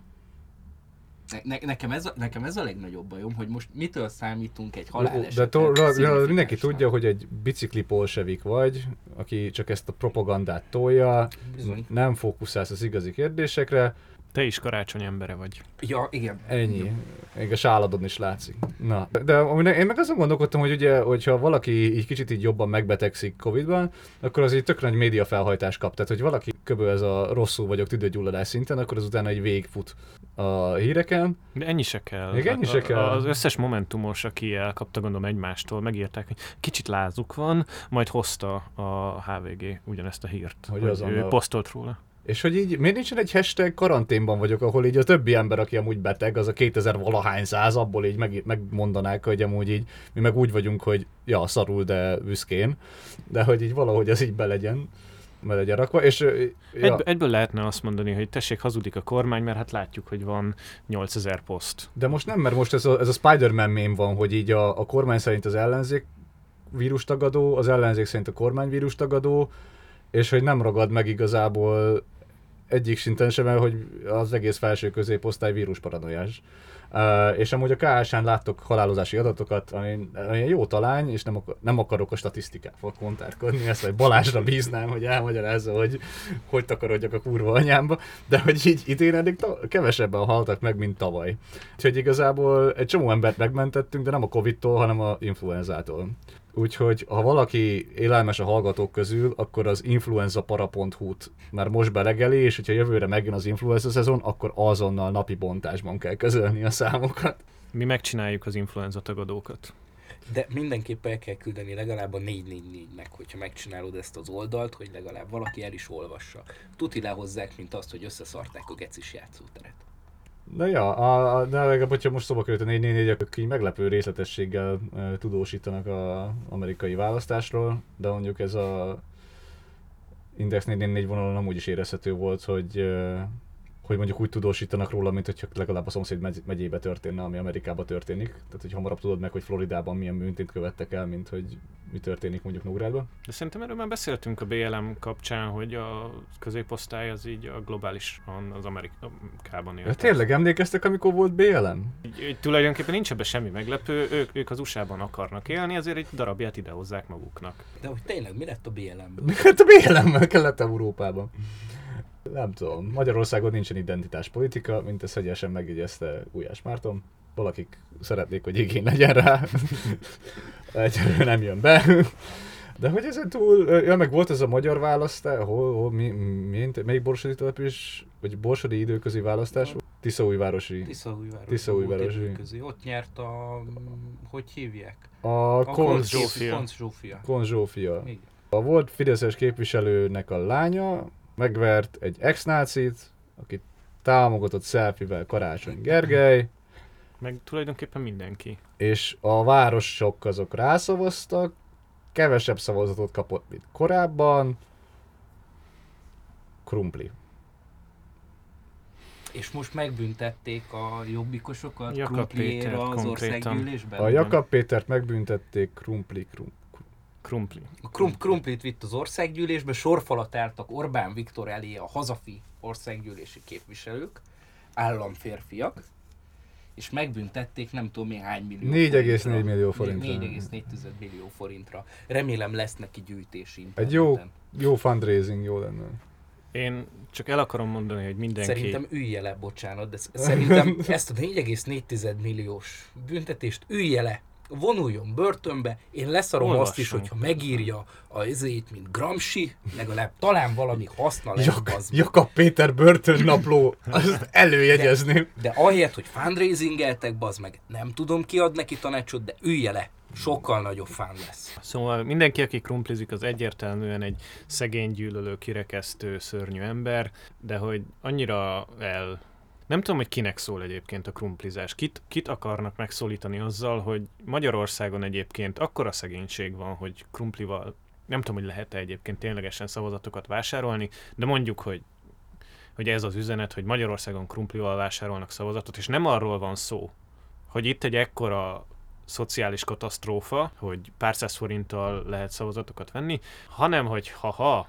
Nekem ez a legnagyobb bajom, hogy most mitől számítunk egy halálesetre. Mindenki tudja, hogy egy bicikli polsevik vagy, aki csak ezt a propagandát tolja, nem fókuszálsz az igazi kérdésekre. Te is karácsony embere vagy. Ja, igen. Ennyi. Még a sáladon is látszik. Na, de én meg azon gondolkodtam, hogy ugye, hogyha valaki így kicsit így jobban megbetegszik Covid-ban, akkor az így tök nagy média felhajtást kap. Tehát, hogy valaki köböl ez a rosszul vagyok tüdőgyulladás szinten, akkor az utána egy végigfut a híreken. De ennyi se kell. Még ennyi se kell. Az összes momentumos, aki elkapta gondolom egymástól, megírták, hogy kicsit lázuk van, majd hozta a HVG ugyanezt a hírt, hogy ő posztolt róla. És hogy így miért nincsen egy hashtag karanténban vagyok, ahol így a többi ember, aki amúgy beteg, az a 2000-valahány száz, abból így megmondanák, hogy amúgy így mi meg úgy vagyunk, hogy ja, szarul, de büszkén, de hogy így valahogy ez így be legyen rakva, és... Ja. Egyből lehetne azt mondani, hogy tessék, hazudik a kormány, mert hát látjuk, hogy van 8000 poszt. De most nem, mert most ez a Spider-Man mém van, hogy így a kormány szerint az ellenzék vírustagadó, az ellenzék szerint a kormány vírustagadó, és hogy nem ragad meg igazából egyik szinten sem, hogy az egész felső középosztály vírusparanoiás. És amúgy a KSH-n láttok halálozási adatokat, ami jó talány, és nem akarok a statisztikával kontárkodni, ezt vagy Balázsra bíznám, hogy elmagyarázza, hogy takarodjak a kurva anyámba, de hogy így idén eddig kevesebben haltak meg, mint tavaly. Úgyhogy igazából egy csomó embert megmentettünk, de nem a Covid-tól, hanem a influenzától. Úgyhogy ha valaki élelmes a hallgatók közül, akkor az influenzapara.hu-t már most belegeli, és hogyha jövőre megjön az influenza szezon, akkor azonnal napi bontásban kell közölni a számokat. Mi megcsináljuk az influenza tagadókat. De mindenképpen el kell küldeni legalább a 444-nek, hogyha megcsinálod ezt az oldalt, hogy legalább valaki el is olvassa. Tuti lehozzák, mint azt, hogy összeszarták a gecis játszóteret. De ja, de legalább, hogyha most szóba került a 444, akkor így meglepő részletességgel tudósítanak az amerikai választásról, de mondjuk ez a Index 444 vonalon amúgy is érezhető volt, hogy mondjuk úgy tudósítanak róla, mint hogyha legalább a szomszéd megyébe történne, ami Amerikában történik. Tehát, hogy hamarabb tudod meg, hogy Floridában milyen bűntényt követtek el, mint hogy mi történik mondjuk Nógrádban. De szerintem erről már beszéltünk a BLM kapcsán, hogy a középosztály az így a globálisan az Amerikában él. Ja, tényleg emlékeztek, amikor volt BLM? Tulajdonképpen nincs ebben semmi meglepő, ők az USA-ban akarnak élni, ezért egy darabját idehozzák maguknak. De hogy tényleg mi lett a BLM-ből? Mi lett a BLM-mel Kelet-Európában? Nem tudom, Magyarországon nincsen identitáspolitika, mint ezt hegyesen megjegyezte Gulyás Márton. Valakik szeretnék, hogy igény legyen rá. Egyelőre nem jön be. De hogy ezen túl, meg volt ez a magyar választás, melyik borsodi település, vagy borsodi időközi választás? Tiszaújvárosi. Tiszaújvárosi. Ott nyert hogy hívják? A Koncz Zsófia. A volt fideszes képviselőnek a lánya megvert egy ex-nácit, akit támogatott selfie-vel Karácsony Gergely. Meg tulajdonképpen mindenki. És a városok azok rászavaztak, kevesebb szavazatot kapott, mint korábban. Krumpli. És most megbüntették a jobbikosokat Jakab Krumpliéra az konkrétan. országgyűlésben? A Jakab Pétert megbüntették Krumpli. Krumplit vitt az országgyűlésbe, sorfalat álltak Orbán Viktor elé a hazafi országgyűlési képviselők, államférfiak, és megbüntették nem tudom még hány millió 4,4 millió forintra. 4,4 millió forintra. Remélem lesz neki gyűjtési Egy jó fundraising jó lenne. Én csak el akarom mondani, hogy mindenki... Szerintem ülje le, bocsánat, de szerintem ezt a 4,4 milliós büntetést ülje le, vonuljon börtönbe, én leszarom azt is, hogyha megírja ezért, mint Gramsci, legalább talán valami haszna lesz. Jakab Péter börtönnapló, azt előjegyezném. De ahelyett, hogy fundraisingeltek, bazd meg, nem tudom ki ad neki tanácsot, de ülje le. Sokkal nagyobb fán lesz. Szóval mindenki, aki krumplizik, az egyértelműen egy szegény, gyűlölő, kirekesztő, szörnyű ember, de hogy annyira nem tudom, hogy kinek szól egyébként a krumplizás. Kit akarnak megszólítani azzal, hogy Magyarországon egyébként akkora szegénység van, hogy krumplival, nem tudom, hogy lehet-e egyébként ténylegesen szavazatokat vásárolni, de mondjuk, hogy ez az üzenet, hogy Magyarországon krumplival vásárolnak szavazatot, és nem arról van szó, hogy itt egy ekkora szociális katasztrófa, hogy pár száz forinttal lehet szavazatokat venni, hanem hogy a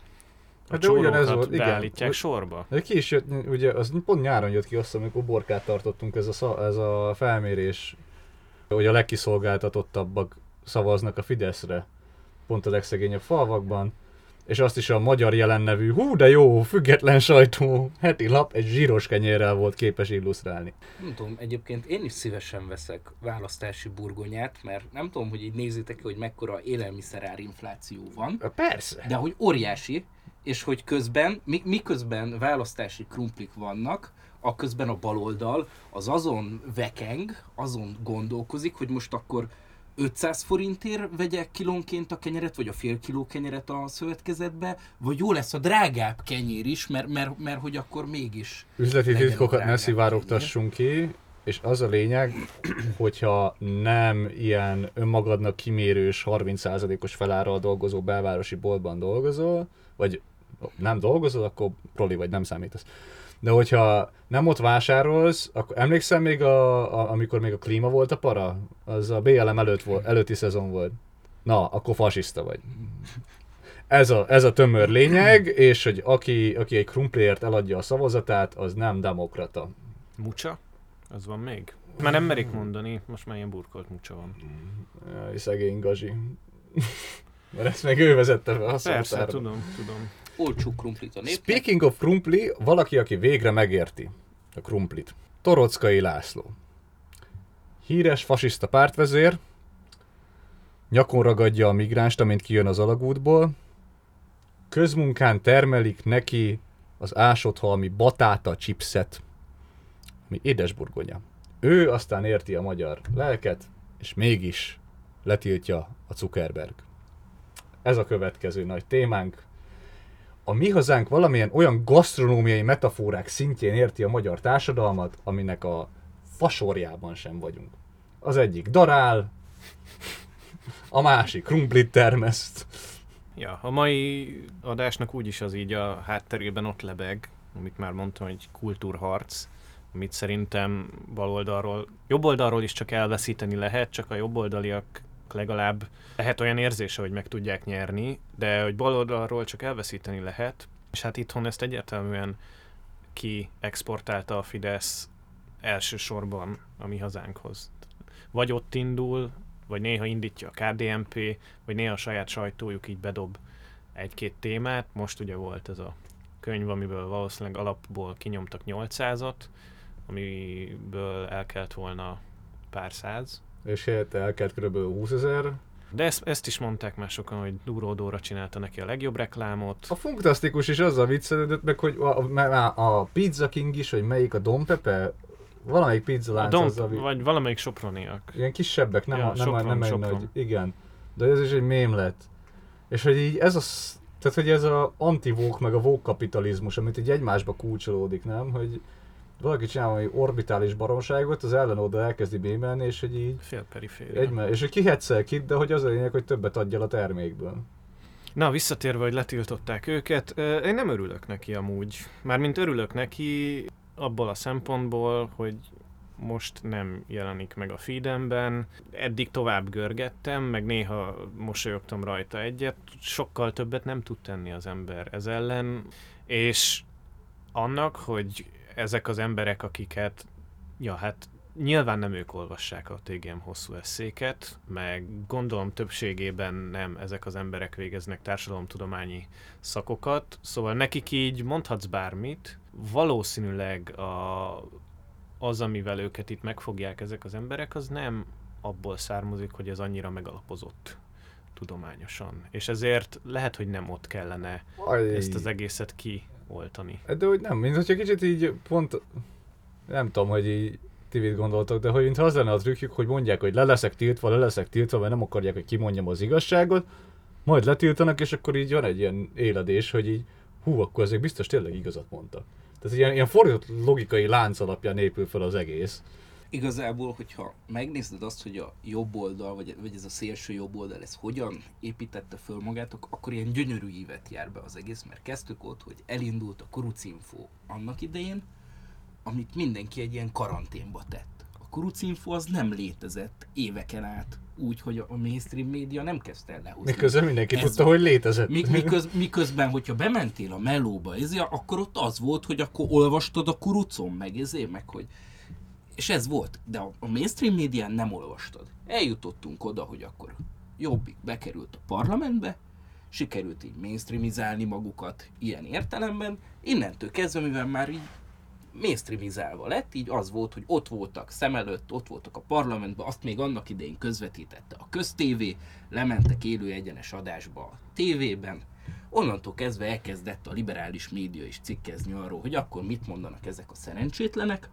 csórókat beállítják sorba. De ki is jött, ugye az pont nyáron jött ki azt, amikor borkát tartottunk, ez a felmérés, hogy a legkiszolgáltatottabbak szavaznak a Fideszre, pont a legszegényebb falvakban, és azt is a Magyar Jelen nevű, de jó, független sajtó heti lap egy zsíros kenyérrel volt képes illusztrálni. Nem tudom, egyébként én is szívesen veszek választási burgonyát, mert nem tudom, hogy így nézzétek, hogy mekkora élelmiszerár infláció van. Persze. De hogy óriási, és hogy közben, miközben választási krumplik vannak, akközben a baloldal az azon vekeng, azon gondolkozik, hogy most akkor 500 forintért vegyek kilónként a kenyeret, vagy a fél kiló kenyeret a szövetkezetbe, vagy jó lesz a drágább kenyér is, mert hogy akkor mégis... Üzleti titkokat ne szivárogtassunk ki, és az a lényeg, hogyha nem ilyen önmagadnak kimérős 30%-os felárral dolgozó belvárosi boltban dolgozol, vagy nem dolgozol, akkor proli vagy, nem számítasz. De hogyha nem ott vásárolsz, akkor emlékszel még, amikor még a klíma volt a para? Az a BLM előtti szezon volt. Na, akkor fasiszta vagy. Ez a tömör lényeg, és hogy aki egy krumpliért eladja a szavazatát, az nem demokrata. Mucsa? Az van még? Már nem merik mondani, most már ilyen burkolt mucsa van. Jaj, szegény Gazi. Mert ezt meg ő vezette be a szótárba. Persze, tudom. Olcsó krumplit a népnek. Speaking of krumpli, valaki, aki végre megérti a krumplit. Torockai László. Híres fasiszta pártvezér, nyakon ragadja a migránst, amint kijön az alagútból, közmunkán termelik neki az ásotthalmi batáta chipset, ami édesburgonya. Ő aztán érti a magyar lelket, és mégis letiltja a Zuckerberg. Ez a következő nagy témánk. A mi hazánk valamilyen olyan gasztronómiai metaforák szintjén érti a magyar társadalmat, aminek a fasorjában sem vagyunk. Az egyik darál, a másik krumplit termeszt. Ja, a mai adásnak úgyis az így a hátterében ott lebeg, amit már mondtam, hogy kultúrharc, amit szerintem jobb oldalról is csak elveszíteni lehet, csak a jobboldaliak legalább lehet olyan érzése, hogy meg tudják nyerni, de hogy bal oldalról csak elveszíteni lehet, és hát itthon ezt egyértelműen kiexportálta a Fidesz elsősorban a mi hazánkhoz. Vagy ott indul, vagy néha indítja a KDNP, vagy néha a saját sajtójuk így bedob egy-két témát. Most ugye volt ez a könyv, amiből valószínűleg alapból kinyomtak 800-at, amiből elkelt volna pár száz. És helyette elkelt kb. 20 000. De ezt is mondták már sokan, hogy Duró Dóra csinálta neki a legjobb reklámot. A Funkasztikus is azzal viccelődött meg, hogy a Pizza King is, vagy melyik a Don Pepe, valamelyik pizzalánc az, ami... Vagy valamelyik soproniak. Ilyen kisebbek, nem Sopron. nagy, igen. De ez is egy mém lett. És hogy így tehát hogy ez a anti-woke meg a woke kapitalizmus, amit így egymásba kulcsolódik, nem? Hogy valaki csinál valami orbitális baromságot, az ellenoldal elkezdi bémelni, és hogy így... Félperiféria. És hogy kihetszel ki, de hogy az a lényeg, hogy többet adjál a termékből. Na, visszatérve, hogy letiltották őket, én nem örülök neki amúgy. Mármint örülök neki abból a szempontból, hogy most nem jelenik meg a feedemben. Eddig tovább görgettem, meg néha mosolyogtam rajta egyet. Sokkal többet nem tud tenni az ember ez ellen. És annak, hogy ezek az emberek, akiket, hát nyilván nem ők olvassák a TGM hosszú esszéket, meg gondolom többségében nem ezek az emberek végeznek társadalomtudományi szakokat, szóval nekik így mondhatsz bármit. Valószínűleg az, amivel őket itt megfogják ezek az emberek, az nem abból származik, hogy ez annyira megalapozott tudományosan. És ezért lehet, hogy nem ott kellene ezt az egészet kioltani. De hogy nem, mint hogyha kicsit így pont, nem tudom, hogy így ti mit gondoltok, de hogy mintha az lenne a trükkjük, hogy mondják, hogy le leszek tiltva, mert nem akarják, hogy kimondjam az igazságot, majd letiltanak, és akkor így van egy ilyen éledés, hogy így akkor ezek biztos tényleg igazat mondtak. Tehát ilyen fordított logikai lánc alapján épül fel az egész. Igazából, hogyha megnézed azt, hogy a jobb oldal, vagy ez a szélső jobb oldal, ez hogyan építette föl magát, akkor ilyen gyönyörű ívet jár be az egész, mert kezdtük ott, hogy elindult a Kurucinfo annak idején, amit mindenki egy ilyen karanténba tett. A Kurucinfo az nem létezett éveken át, úgy, hogy a mainstream média nem kezdte el lehozni. Miközben mindenki tudta, hogy létezett. Miközben, hogyha bementél a melóba, akkor ott az volt, hogy akkor olvastad a Kurucon, meg hogy... És ez volt, de a mainstream médián nem olvastad. Eljutottunk oda, hogy akkor Jobbik bekerült a parlamentbe, sikerült így mainstreamizálni magukat ilyen értelemben, innentől kezdve, mivel már így mainstreamizálva lett, így az volt, hogy ott voltak szem előtt, ott voltak a parlamentben, azt még annak idején közvetítette a köztévé, lementek élő egyenes adásba a tévében, onnantól kezdve elkezdett a liberális média is cikkezni arról, hogy akkor mit mondanak ezek a szerencsétlenek,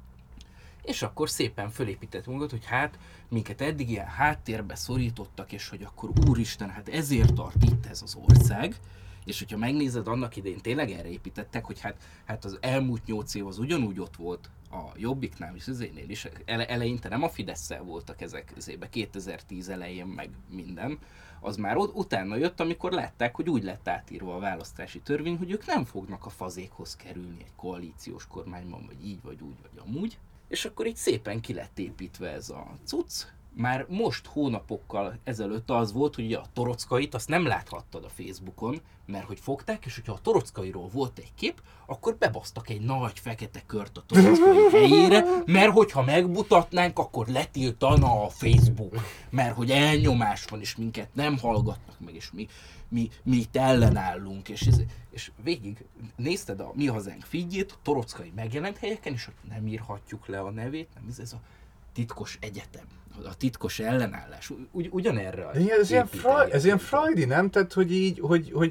és akkor szépen fölépített magukat, hogy hát minket eddig ilyen háttérbe szorítottak, és hogy akkor úristen, hát ezért tart itt ez az ország, és hogyha megnézed, annak idején tényleg erre építettek, hogy hát az elmúlt 8 év az ugyanúgy ott volt a Jobbiknál is, azénél is, eleinte nem a Fidesszel voltak ezek, 2010 elején meg minden, az már utána jött, amikor látták, hogy úgy lett átírva a választási törvény, hogy ők nem fognak a fazékhoz kerülni egy koalíciós kormányban, vagy így, vagy úgy, vagy amúgy. És akkor így szépen ki lett építve ez a cucc. Már most hónapokkal ezelőtt az volt, hogy a Torockait azt nem láthattad a Facebookon, mert hogy fogták, és hogyha a Torockairól volt egy kép, akkor bebasztak egy nagy fekete kört a Torockai helyére, mert hogyha megmutatnánk, akkor letiltana a Facebook, mert hogy elnyomás van, és minket nem hallgatnak meg, és mi itt ellenállunk, és végig nézted a Mi Hazánk feedjét, a Torockai megjelent helyeken, és ott nem írhatjuk le a nevét, nem ez a titkos egyetem, a titkos ellenállás, ugyanerre. Ez ilyen Friday, nem? Tehát, hogy így,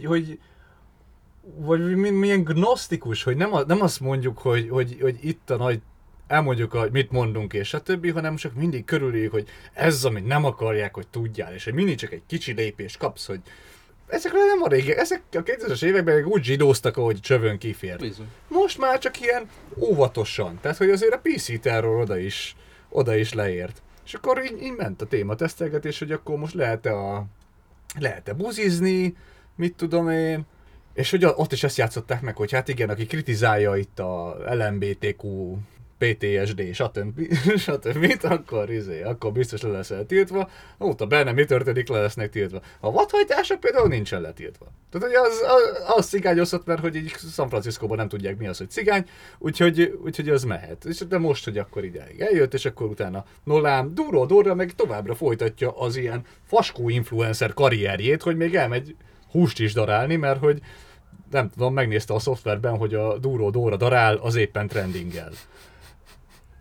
vagy milyen gnosztikus, hogy nem azt mondjuk, hogy itt a nagy, elmondjuk, mit mondunk és stb., hanem csak mindig körüljük, hogy ez, amit nem akarják, hogy tudjál, és hogy mindig csak egy kicsi lépést kapsz, hogy ezekről nem a régi, ezek a 2000-es években úgy zsidóztak, ahogy csövön kifér. Bizony. Most már csak ilyen óvatosan, tehát hogy azért a PC terror oda is leért. És akkor így ment a tématesztelgetés, hogy akkor most lehet-e buzizni, mit tudom én, és hogy ott is ezt játszották meg, hogy hát igen, aki kritizálja itt a LMBTQ, PTSD, stb. Akkor biztos le lesz tiltva. Óta benne mi történik, le lesznek tiltva. A vadhajtások például nincsen letiltva. Tehát hogy az cigányozhat, mert hogy így San Franciscóban nem tudják mi az, hogy cigány, úgyhogy az mehet. És de most, hogy akkor ideig eljött, és akkor utána Nolán Duró Dóra meg továbbra folytatja az ilyen faskó influencer karrierjét, hogy még elmegy húst is darálni, mert hogy nem tudom, megnézte a szoftverben, hogy a Duró Dóra darál, az éppen trendingel.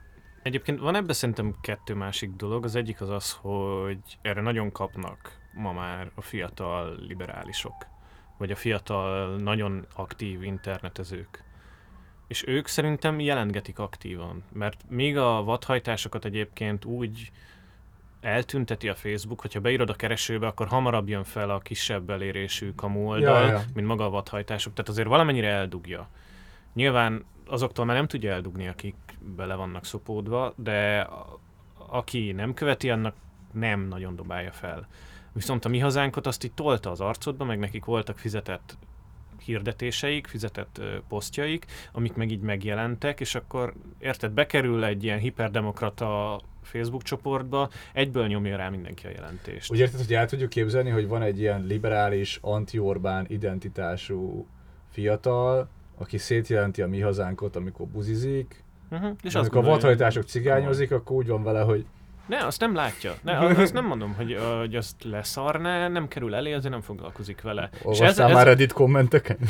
Egyébként van ebben szerintem 2 másik dolog. Az egyik az, hogy erre nagyon kapnak ma már a fiatal liberálisok, vagy a fiatal, nagyon aktív internetezők. És ők szerintem jelentgetik aktívan, mert még a vadhajtásokat egyébként úgy eltünteti a Facebook, hogyha beírod a keresőbe, akkor hamarabb jön fel a kisebb elérésű kamu oldal, mint maga a vadhajtások. Tehát azért valamennyire eldugja. Nyilván azoktól már nem tudja eldugni, akik bele vannak szopódva, de aki nem követi, annak nem nagyon dobálja fel. Viszont a Mi Hazánkot azt így tolta az arcodba, meg nekik voltak fizetett hirdetéseik, fizetett posztjaik, amik meg így megjelentek, és akkor érted, bekerül egy ilyen hiperdemokrata Facebook csoportba, egyből nyomja rá mindenki a jelentést. Úgy érted, hogy el tudjuk képzelni, hogy van egy ilyen liberális, anti-Orbán identitású fiatal, aki szétjelenti a Mi Hazánkot, amikor buzizik, és amikor a vadhajtások cigányozik, akkor úgy van vele, hogy ne, azt nem látja. Ne, azt nem mondom, hogy azt leszarná, nem kerül elé, azért nem foglalkozik vele. Olvastál már Reddit kommenteken?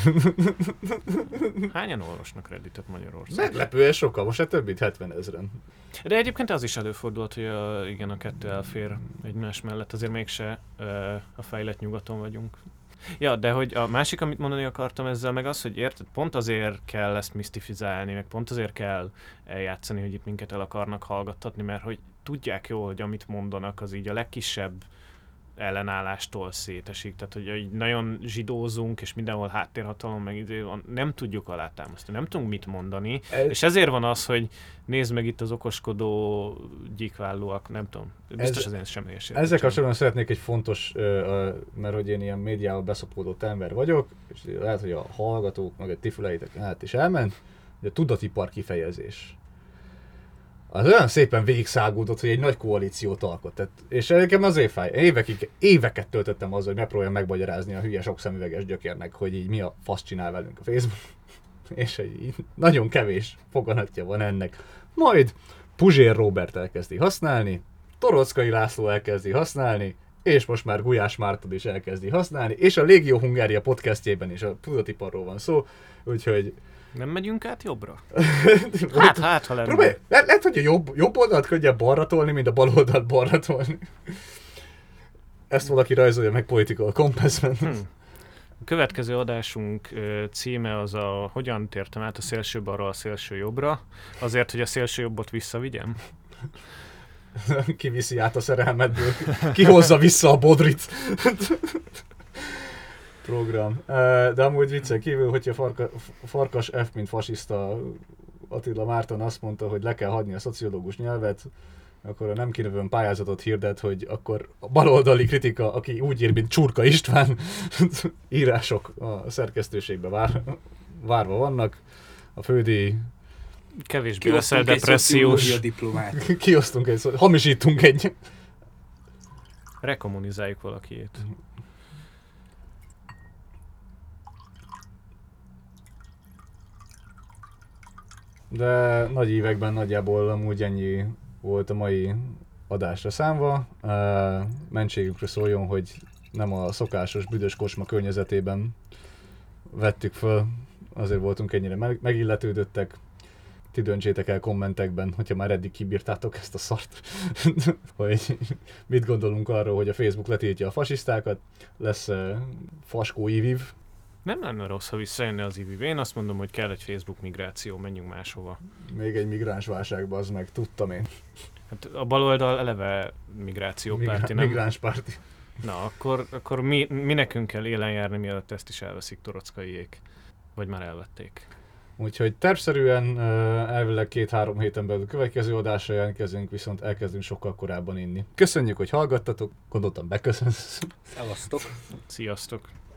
Hányan olvasnak Redditet Magyarországon? Meglepően sokan, most több mint 70 000-en. De egyébként az is előfordult, hogy igen, a kettő elfér egymás mellett, azért mégse a fejlett nyugaton vagyunk. Ja, de hogy a másik, amit mondani akartam ezzel, meg az, hogy érted, pont azért kell ezt misztifizálni, meg pont azért kell eljátszani, hogy itt minket el akarnak hallgattatni, mert hogy tudják jól, hogy amit mondanak, az így a legkisebb ellenállástól szétesik. Tehát, hogy nagyon zsidózunk, és mindenhol háttérhatalom, meg nem tudjuk alátámasztani, nem tudunk mit mondani, és ezért van az, hogy nézd meg itt az okoskodó gyíkvállóak, nem tudom, biztos az én semmilyes. Ezzel kapcsolatban szeretnék egy fontos, mert hogy én ilyen médiával beszopódott ember vagyok, és lehet, hogy a hallgatók, meg a ti füleitek át is elment, hogy a tudatipar kifejezés. Az olyan szépen végigszágódott, hogy egy nagy koalíciót alkot. Tehát, és nekem azért fáj. Éveket töltöttem azzal, hogy megpróbáljam megmagyarázni a hülye sok szemüveges gyökérnek, hogy így mi a fasz csinál velünk a Facebook. És így nagyon kevés foganatja van ennek. Majd Puzsér Róbert elkezdi használni, Torockai László elkezdi használni, és most már Gulyás Márton is elkezdi használni, és a Légió Hungária podcastjében is a tudatiparról van szó, úgyhogy nem megyünk át jobbra? Hát, ha lenne. Lehet, hogy a jobb oldalt könnyebb balra tolni, mint a bal oldalt balra tolni. Ezt valaki rajzolja meg Political Compassben. A következő adásunk címe az a Hogyan tértem át a szélső balra a szélső jobbra, azért, hogy a szélső jobbot visszavigyem. Kiviszi át a szerelmedből, kihozza vissza a bodrit. Program. De amúgy viccen kívül, hogyha Farkas F. mint fasiszta Attila Márton azt mondta, hogy le kell hagyni a szociológus nyelvet, akkor a nem kinövőn pályázatot hirdet, hogy akkor a baloldali kritika, aki úgy ír, mint Csurka István, írások a szerkesztőségben várva vannak. A fődíj kevésbé leszel depressziós. Kiosztunk egy szót, hamisítunk egy. Rekommunizáljuk valakiét. De nagy években nagyjából amúgy ennyi volt a mai adásra számva. Mentségünkre szóljon, hogy nem a szokásos büdös kocsma környezetében vettük föl, azért voltunk ennyire megilletődöttek. Ti döntsétek el kommentekben, hogyha már eddig kibírtátok ezt a szart, hogy mit gondolunk arról, hogy a Facebook letiltja a fasisztákat, lesz Faskó IVIV. Nem lenne rossz, ha visszajönne az IVIV. Én azt mondom, hogy kell egy Facebook migráció, menjünk máshova. Még egy migráns válságba, az meg tudtam én. Hát a baloldal eleve migrációpárti, nem? Migránspárti. Na, akkor mi nekünk kell élen járni, mielőtt ezt is elveszik Torockaiék. Vagy már elvették. Úgyhogy tervszerűen elvileg 2-3 héten belül következő adásra jelentkezünk, viszont elkezdünk sokkal korábban inni. Köszönjük, hogy hallgattatok, gondoltam beköszönsz. Szevasztok! Sziasztok!